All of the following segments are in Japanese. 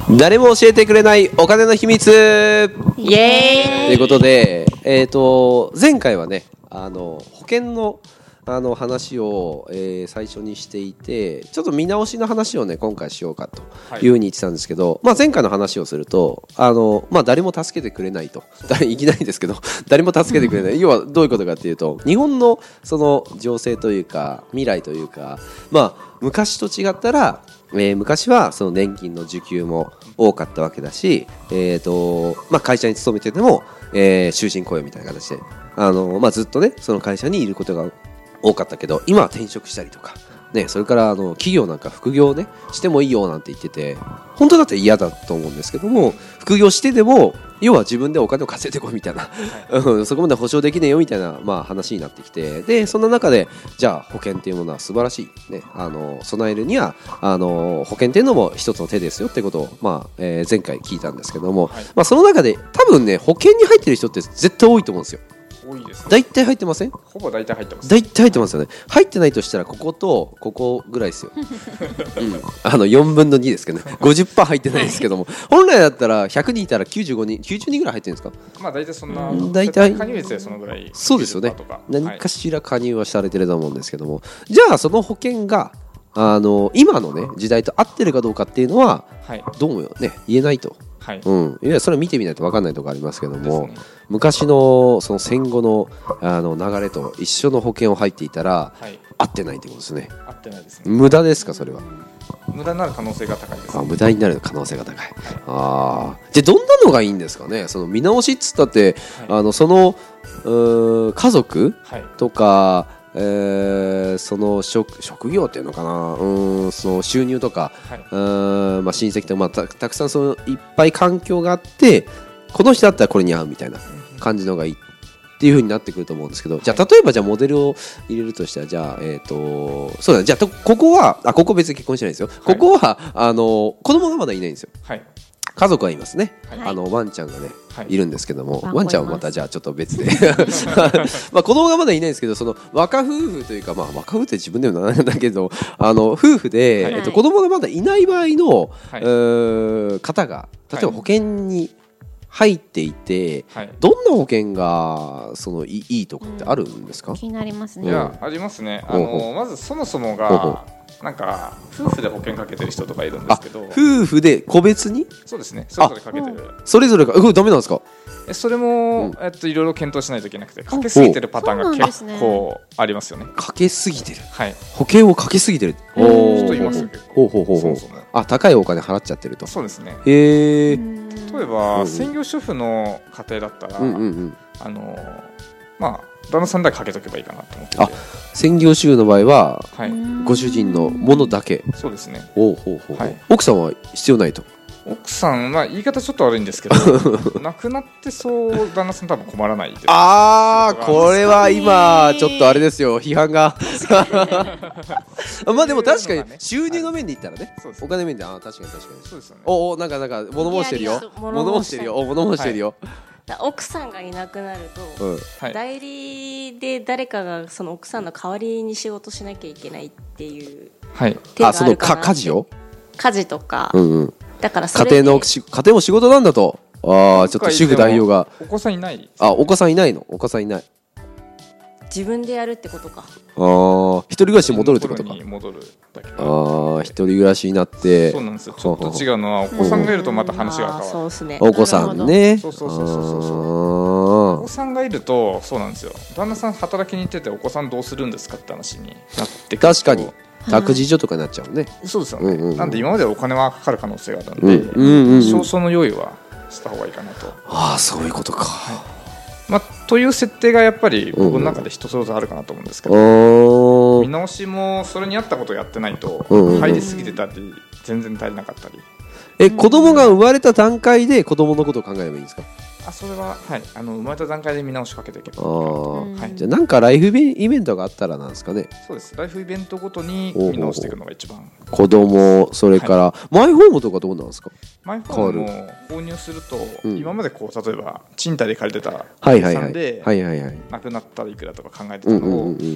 誰も教えてくれないお金の秘密イエーイということで、前回はね、保険の話を、最初にしていて、ちょっと見直しの話をね今回しようかというふうに言ってたんですけど、前回の話をすると誰も助けてくれないといきなりですけど誰も助けてくれない要はどういうことかっていうと、日本のその情勢というか未来というか、昔と違ったら、昔はその年金の受給も多かったわけだし、会社に勤めてても、終身雇用みたいな形でずっとねその会社にいることが多かったけど、今は転職したりとか、ね、それから企業なんか副業をねしてもいいよなんて言ってて、本当だって嫌だと思うんですけども、副業してでも要は自分でお金を稼いでこいみたいな、そこまで保証できねえよみたいな、話になってきて、でそんな中でじゃあ保険っていうものは素晴らしい、ね、備えるには保険っていうのも一つの手ですよってことを、前回聞いたんですけども、その中で多分ね保険に入ってる人って絶対多いと思うんですよ。 多いですね。 大体入ってません？ ほぼ大体入ってます。 大体入ってますよね。入ってないとしたらこことここぐらいですよ、4分の2ですけどね50% 入ってないですけども本来だったら100人いたら95人90人ぐらい入ってるんですか？ 大体そんな、 大体加入率でそのぐらい。 そうですよね。何かしら加入はされてると思うんですけども、じゃあその保険が今のね時代と合ってるかどうかっていうのは、どうもね言えないと。いわゆるそれを見てみないと分かんないところありますけども、昔のその戦後の流れと一緒の保険を入っていたら、合ってないということですね。 合ってないですね。 無駄ですかそれは？ 無駄になる可能性が高いです、 無駄になる可能性が高い。じゃあどんなのがいいんですかね。その見直しっつったって、その家族とか、その職業っていうのかな、その収入とか、親戚とか、たくさんそのいっぱい環境があって、この人だったらこれに合うみたいな感じのがいいっていう風になってくると思うんですけど、じゃあ例えばじゃあモデルを入れるとしたら、じゃあそうだ、じゃあここはここ別に結婚してないですよ。ここは子供がまだいないんですよ。家族はいますね、ワンちゃんがね、いるんですけども、ワンちゃんはまたじゃあちょっと別で子供がまだいないんですけど、その若夫婦というか、若夫婦って自分でもなんだけど夫婦で、子供がまだいない場合の、方が例えば保険に入っていて、どんな保険がいいとかってあるんですか？ 気になりますね。 いや、ありますね。まずそもそもがなんか夫婦で保険かけてる人とかいるんですけど、 夫婦で個別に？そうですね、それぞれかけてる。 それぞれがダメなんですか？ それも、いろいろ検討しないといけなくて、かけすぎてるパターンが結構ありますよね。 かけすぎてる、保険をかけすぎてる人いますよ結構。 高いお金払っちゃってると。 そうですね。 例えば、専業主婦の家庭だったら、旦那さんだけかけとけばいいかなと思ってて。 専業主婦の場合は、ご主人のものだけ。 そうですね。 奥さんは必要ないと。 奥さんは言い方ちょっと悪いんですけど亡くなってそう旦那さん多分困らないです。 これは今ちょっとあれですよ、批判がでも確かに収入の面で言ったらね、お金面で確かにそうですよね。 なんか物申してるよ、物申してるよ。 奥さんがいなくなると、代理で誰かがその奥さんの代わりに仕事しなきゃいけないっていう手があるかなって。家事とか、だからそれで家庭も仕事なんだと。ちょっと主婦代表が。 お子さんいない？ お子さんいないの？お子さんいない。 自分でやるってことか。 一人暮らしに戻るってことか。一人暮らしになって。 そうなんですよ。ちょっと違うのはお子さんがいるとまた話が変わる。 そうですね。 お子さんね。 そう。お子さんがいるとそうなんですよ。旦那さん働きに行っててお子さんどうするんですかって話になってくる。 確かに。託児所とかになっちゃうね。 そうですよね。なんで今までお金はかかる可能性があるので、少々の用意はした方がいいかなと。そういうことか。 という設定がやっぱり僕の中で一つずつあるかなと思うんですけど、見直しもそれに合ったことをやってないと入りすぎてたり全然足りなかったり。 子供が生まれた段階で子供のことを考えればいいんですか？ それは生まれた段階で見直しかけていけば。 じゃあなんかライフイベントがあったらなんですかね？ そうです。ライフイベントごとに見直していくのが一番。 子供、それからマイホームとかどうなんですか？ マイホームも購入すると、今まで例えば賃貸で借りてたお客さんで亡くなったらいくらとか考えてたのを、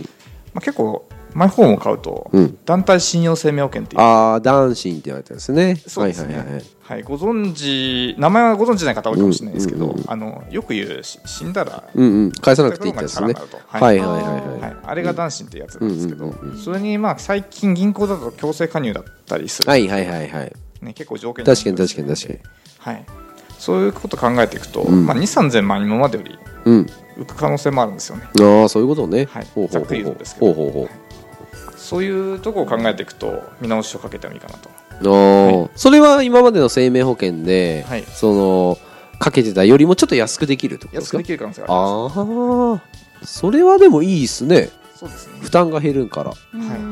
結構マイホームを買うと、団体信用生命保険っていう、 団信って言われてるんですね。 そうですね、ご存知、名前はご存知ない方多いかもしれないですけど、よく言う死んだら返さなくていいってやつですね。 あれが団信っていうやつなんですけど、それに最近銀行だと強制加入だったりする、結構条件に確かにそういうことを考えていくと、2,3000万今までより浮く可能性もあるんですよね。 そういうことね。 ざっくり言うんですけど、そういうところを考えていくと見直しをかけてもいいかなと。 それは今までの生命保険で、かけてたよりもちょっと安くできるってことですか？ 安くできる可能性があります。それはでもいいですね。 そうですね。 負担が減るから。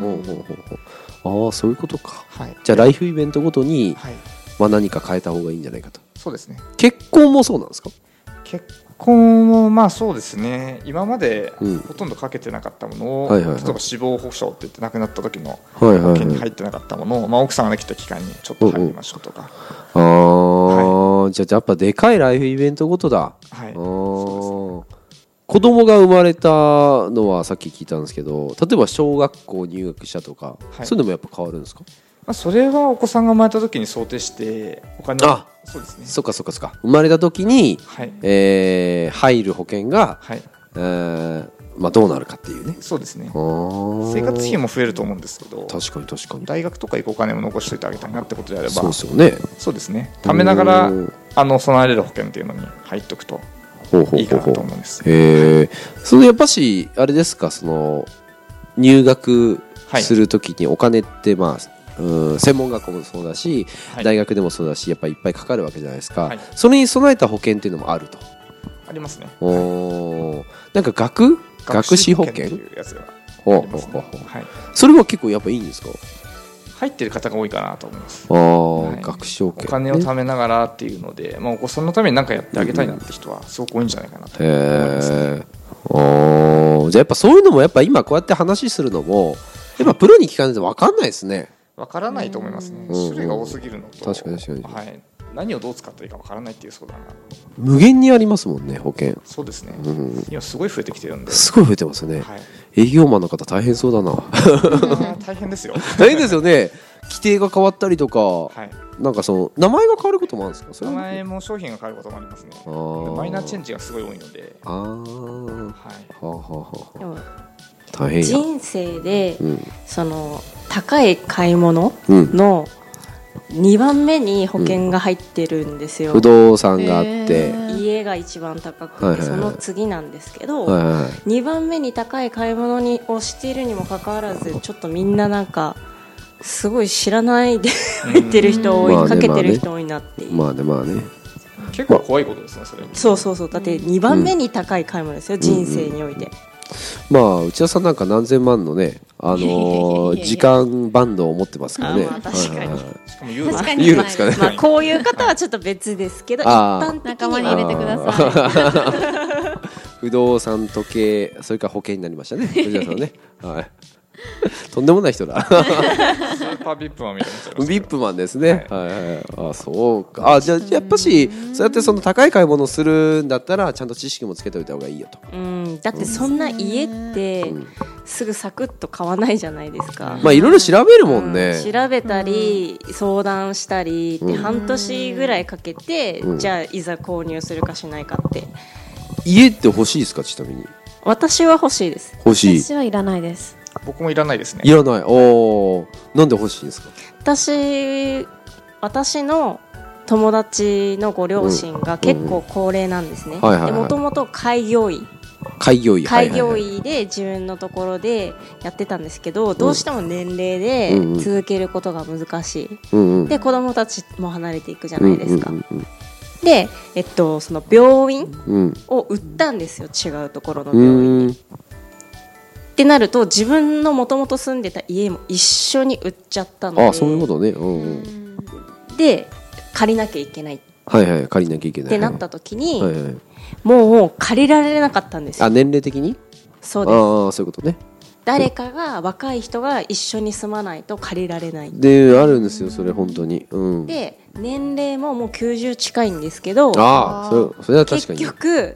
そういうことか。じゃあライフイベントごとに何か変えた方がいいんじゃないかと。 そうですね。 結婚もそうなんですか？ 結婚もそうですね。今までほとんどかけてなかったものを、例えば死亡保障って言って亡くなった時の保険に入ってなかったものを、奥さんができた期間にちょっと入りましょうとか。 じゃあやっぱでかいライフイベントごとだ。子供が生まれたのはさっき聞いたんですけど、例えば小学校入学したとか、そういうのもやっぱ変わるんですか？ それはお子さんが生まれた時に想定してお金を、そうですね。 そっか生まれた時に、入る保険が、どうなるかっていうね。 そうですね。生活費も増えると思うんですけど、 確かに大学とか行くお金も残しておいてあげたいなってことであれば、 そうですよね。 そうですね。貯めながら備えれる保険っていうのに入っておくといいかなと思うんです。 そのやっぱしあれですか、その入学する時にお金って専門学校もそうだし、大学でもそうだし、やっぱりいっぱいかかるわけじゃないですか。それに備えた保険っていうのもあると。 ありますね。 なんか学資保険っていうやつがありますね。それは結構やっぱいいんですか？ 入ってる方が多いかなと思います。 学資保険、 お金を貯めながらっていうので、お子さんのために何かやってあげたいなって人はすごく多いんじゃないかなと思いますね。 じゃあやっぱそういうのもやっぱ今こうやって話するのもやっぱプロに聞かないと分かんないですね。 分からないと思いますね。種類が多すぎるのと、 確かに何をどう使ったらいいか分からないっていう相談が無限にありますもんね、保険。 そうですね。今すごい増えてきてるんで。 すごい増えてますね。営業マンの方大変そうだな。 大変ですよ。 大変ですよね。規定が変わったりとか、なんかその名前が変わることもあるんですか？ 名前も商品が変わることもありますね。マイナーチェンジがすごい多いので。 大変や。 人生で、その高い買い物の2番目に保険が入ってるんですよ。 不動産があって家が一番高くて、その次なんですけど、2番目に高い買い物をしているにもかかわらず、ちょっとみんななんかすごい知らないで入ってる人多い、かけてる人多いなっていう。 結構怖いことですね、それ。 そうだって2番目に高い買い物ですよ、人生において。 内田さんなんか何千万のね、時間バンドを持ってますからね。 確かに。しかもユーロですかね。 こういう方はちょっと別ですけど、一般的には仲間に入れてください。不動産、時計、それから保険になりましたね、藤田さんね。とんでもない人だ。 スーパービップマンみたいな。 ビップマンですね。そうか。じゃあやっぱしそうやってその高い買い物するんだったらちゃんと知識もつけておいた方がいいよと。 だってそんな家ってすぐサクッと買わないじゃないですか。 いろいろ調べるもんね。 調べたり相談したりって半年ぐらいかけて、じゃあいざ購入するかしないかって。 家って欲しいですか？ちなみに。 私は欲しいです。 欲しい。 私はいらないです。 僕もいらないですね。 いらない。なんで欲しいんですか？ 私の友達のご両親が結構高齢なんですね。もともと開業医で自分のところでやってたんですけど、どうしても年齢で続けることが難しい。で子供たちも離れていくじゃないですか。で、その病院を売ったんですよ、違うところの病院に。ってなると自分のもともと住んでた家も一緒に売っちゃったので。 そういうことね。 で借りなきゃいけない。 借りなきゃいけない。 ってなった時に、もう借りられなかったんですよ。 年齢的に？ そうです。 そういうことね。 誰かが若い人が一緒に住まないと借りられない。 であるんですよ、それ本当に。 で年齢ももう90近いんですけど。 それは確かに。 結局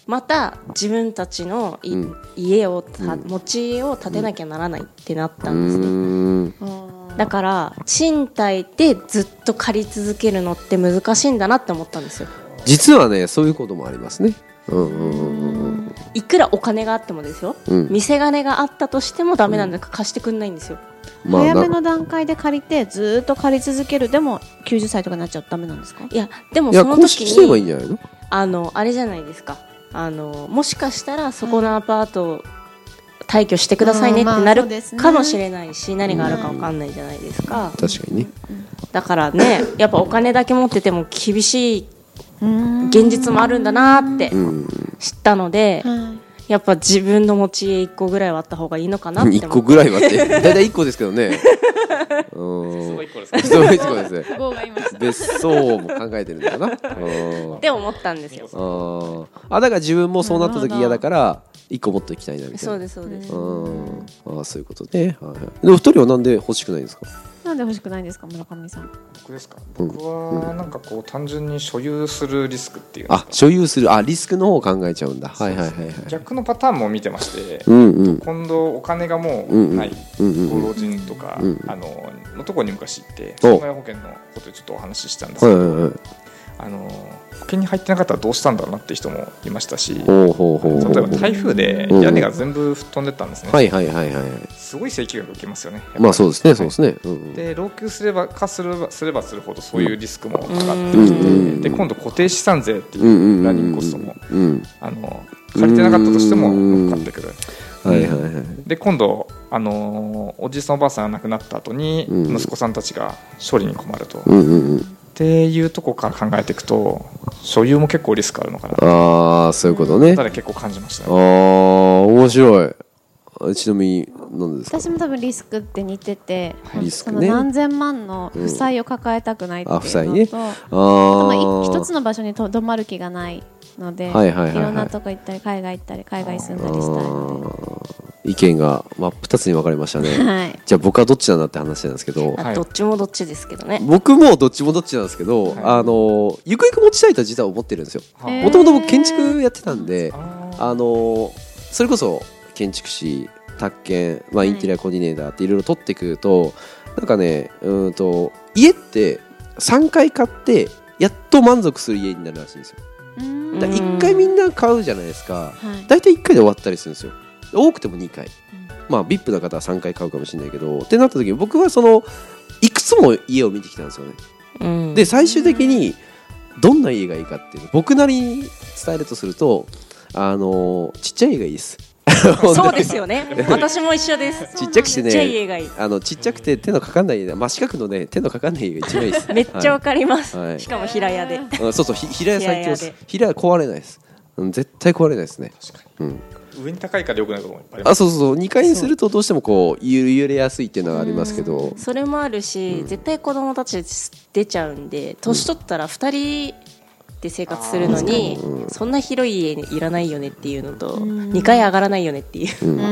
また自分たちの家を持ち家を建てなきゃならないってなったんですね。だから賃貸でずっと借り続けるのって難しいんだなって思ったんですよ。 実はねそういうこともありますね。 いくらお金があってもですよ、見せ金があったとしてもダメなんだから貸してくんないんですよ。 早めの段階で借りてずっと借り続けるでも90歳とかになっちゃうとダメなんですか？ いやでもその時にいいんじゃないの？ あれじゃないですか、もしかしたらそこのアパートを退去してくださいねってなるかもしれないし、何があるか分かんないじゃないですか。 確かにね。 だからねやっぱお金だけ持ってても厳しい現実もあるんだなって知ったので、やっぱ自分の持ち家1個ぐらいはあった方がいいのかなって思って。1 個ぐらいはってだいたい1個ですけどね。 そう1個ですね。そう1個ですね。別荘も考えてるんだなって思ったんですよ。 だから自分もそうなった時嫌だから1個持っていきたいなみたいな。 そうですそうです。 そういうことね。でも2人はなんで欲しくないんですか？ なんで欲しくないんですか、村上さん。 僕ですか？僕はなんかこう単純に所有するリスクっていうか、所有するリスクの方を考えちゃうんだ。はいはいはいはい。 逆のパターンも見てまして、今度お金がもうないご老人とかのところに昔行って損害保険のことでちょっとお話ししたんですけど、保険に入ってなかったらどうしたんだろうなって人もいましたし、例えば台風で屋根が全部吹っ飛んでったんですね。すごい請求額受けますよね。 まあそうですねそうですね。 で老朽すればするほどそういうリスクもかかってきて、で今度固定資産税っていうランニングコストも借りてなかったとしても乗っかってくる。で今度おじいさんおばあさんが亡くなった後に息子さんたちが処理に困ると。っていうとこから考えていくと所有も結構リスクあるのかな。 そういうことね。 だから結構感じましたね。 面白い。ちなみに何ですか？ 私も多分リスクって似てて、 その何千万の負債を抱えたくないっていうのと、一つの場所にとどまる気がないので、いろんなとこ行ったり海外行ったり海外住んだりしたいので。 意見が2つに分かれましたね。じゃあ僕はどっちなんだって話なんですけど、 どっちもどっちですけどね。 僕もどっちもどっちなんですけど、ゆくゆく持ちたいとは実は思ってるんですよ。もともと僕建築やってたんで、それこそ建築士、宅建、インテリアコーディネーターっていろいろ取ってくると、なんかね、家って3回買ってやっと満足する家になるらしいんですよ。だから1回みんな買うじゃないですか。だいたい1回で終わったりするんですよ。多くても2回、VIP な方は3回買うかもしれないけどってなった時に僕はいくつも家を見てきたんですよね。で最終的にどんな家がいいかっていうの僕なりに伝えるとするとちっちゃい家がいいです。 そうですよね。私も一緒です。 ちっちゃくてね、 ちっちゃい家がいい。 ちっちゃくて手のかかんない家、真四角のね手のかかんない家が一番いいです。 めっちゃわかります。しかも平屋で。 そう平屋最強です。平屋壊れないです。絶対壊れないですね。 確かに。上に高いから良くないこともいっぱいあります。 そう2階にするとどうしてもこう揺れやすいっていうのがありますけど、 それもあるし、絶対子供たち出ちゃうんで、年取ったら2人で生活するのに、そんな広い家にいらないよねっていうのと、2階上がらないよねっていう、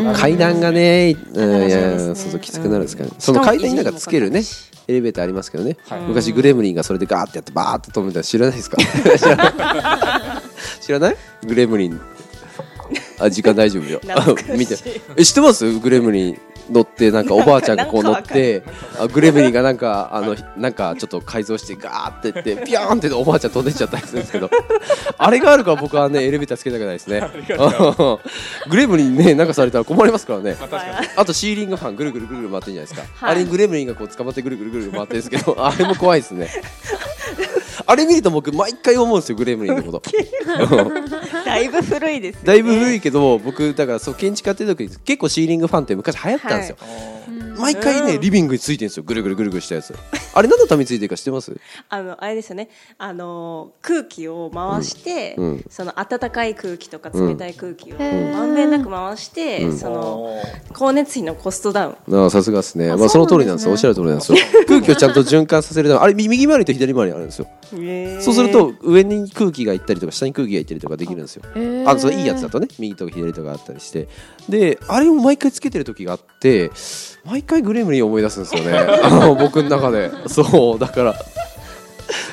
階段がねそうきつくなるんですかね。その階段になんかつけるねエレベーターありますけどね、昔グレムリンがそれでガーってやってバーって止めたら知らないですか？知らない？グレムリン時間大丈夫よ。見て知ってます？グレムリン乗ってなんかおばあちゃんがこう乗ってグレムリンがなんかちょっと改造してガーってってピャーンっておばあちゃん飛んでっちゃったりするんですけどあれがあるから僕はねエレベーターつけたくないですね。グレムリンねなんかされたら困りますからね。あとシーリングファンぐるぐるぐるぐる回ってるじゃないですか。あれにグレムリンがこう捕まってぐるぐるぐるぐる回ってるんですけどあれも怖いですね。あれ見ると僕毎回思うんですよグレムリンのこと。 だいぶ古いですよね。 だいぶ古いけど僕だから建築やってる時に結構シーリングファンって昔流行ったんですよ。毎回ねリビングについてるんですよ。ぐるぐるぐるぐるしたやつ。あれ何のためについてるか知ってます？ あれですよね。空気を回して、その暖かい空気とか冷たい空気をまんべんなく回して、その光熱費のコストダウン。 さすがですね。その通りなんですよ。おっしゃる通りなんですよ。空気をちゃんと循環させるためあれ右回りと左回りあるんですよ。そうすると上に空気が行ったりとか下に空気が行ったりとかできるんですよ。それいいやつだとね右とか左とかあったりしてであれを毎回つけてる時があって毎回グレムリンを思い出すんですよね。僕の中でそうだから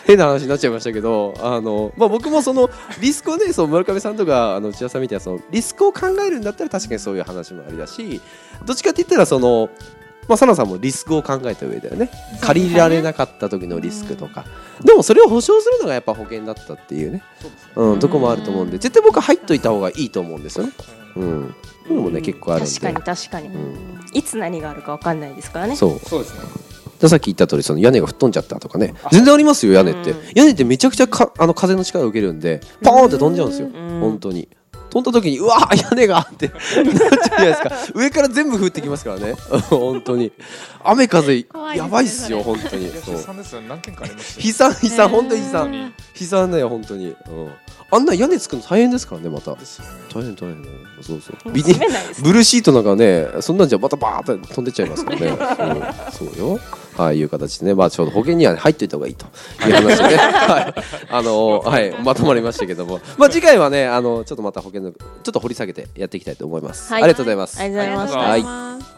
変な話になっちゃいましたけど、僕もそのリスクをね、その村上さんとか内田さんみたいなそのリスクを考えるんだったら確かにそういう話もありだし、どっちかって言ったらそのサナさんもリスクを考えた上だよね。借りられなかった時のリスクとか、でもそれを保証するのがやっぱ保険だったっていうね、とこもあると思うんで、絶対僕は入っといた方がいいと思うんですよね。そういうのもね結構あるんで。 確かに、いつ何があるか分かんないですからね。 そうですね。 さっき言った通りその屋根が吹っ飛んじゃったとかね、全然ありますよ。屋根ってめちゃくちゃ風の力を受けるんでポーンって飛んじゃうんですよ、本当に。飛んだ時にうわー屋根がってなっちゃうじゃないですか。上から全部降ってきますからね本当に雨風やばいっすよ本当に。 悲惨ですよ。何件かありますよ。 悲惨本当に悲惨だよ本当に。あんな屋根つくの大変ですからね。また大変そうブルーシートなんかね、そんなんじゃまたバーって飛んでっちゃいますからねそうよ。いう形でね、ちょうど保険には入っといた方がいいという話でねまとまりましたけども、次回はねちょっとまた保険のちょっと掘り下げてやっていきたいと思います。ありがとうございます。 ありがとうございました。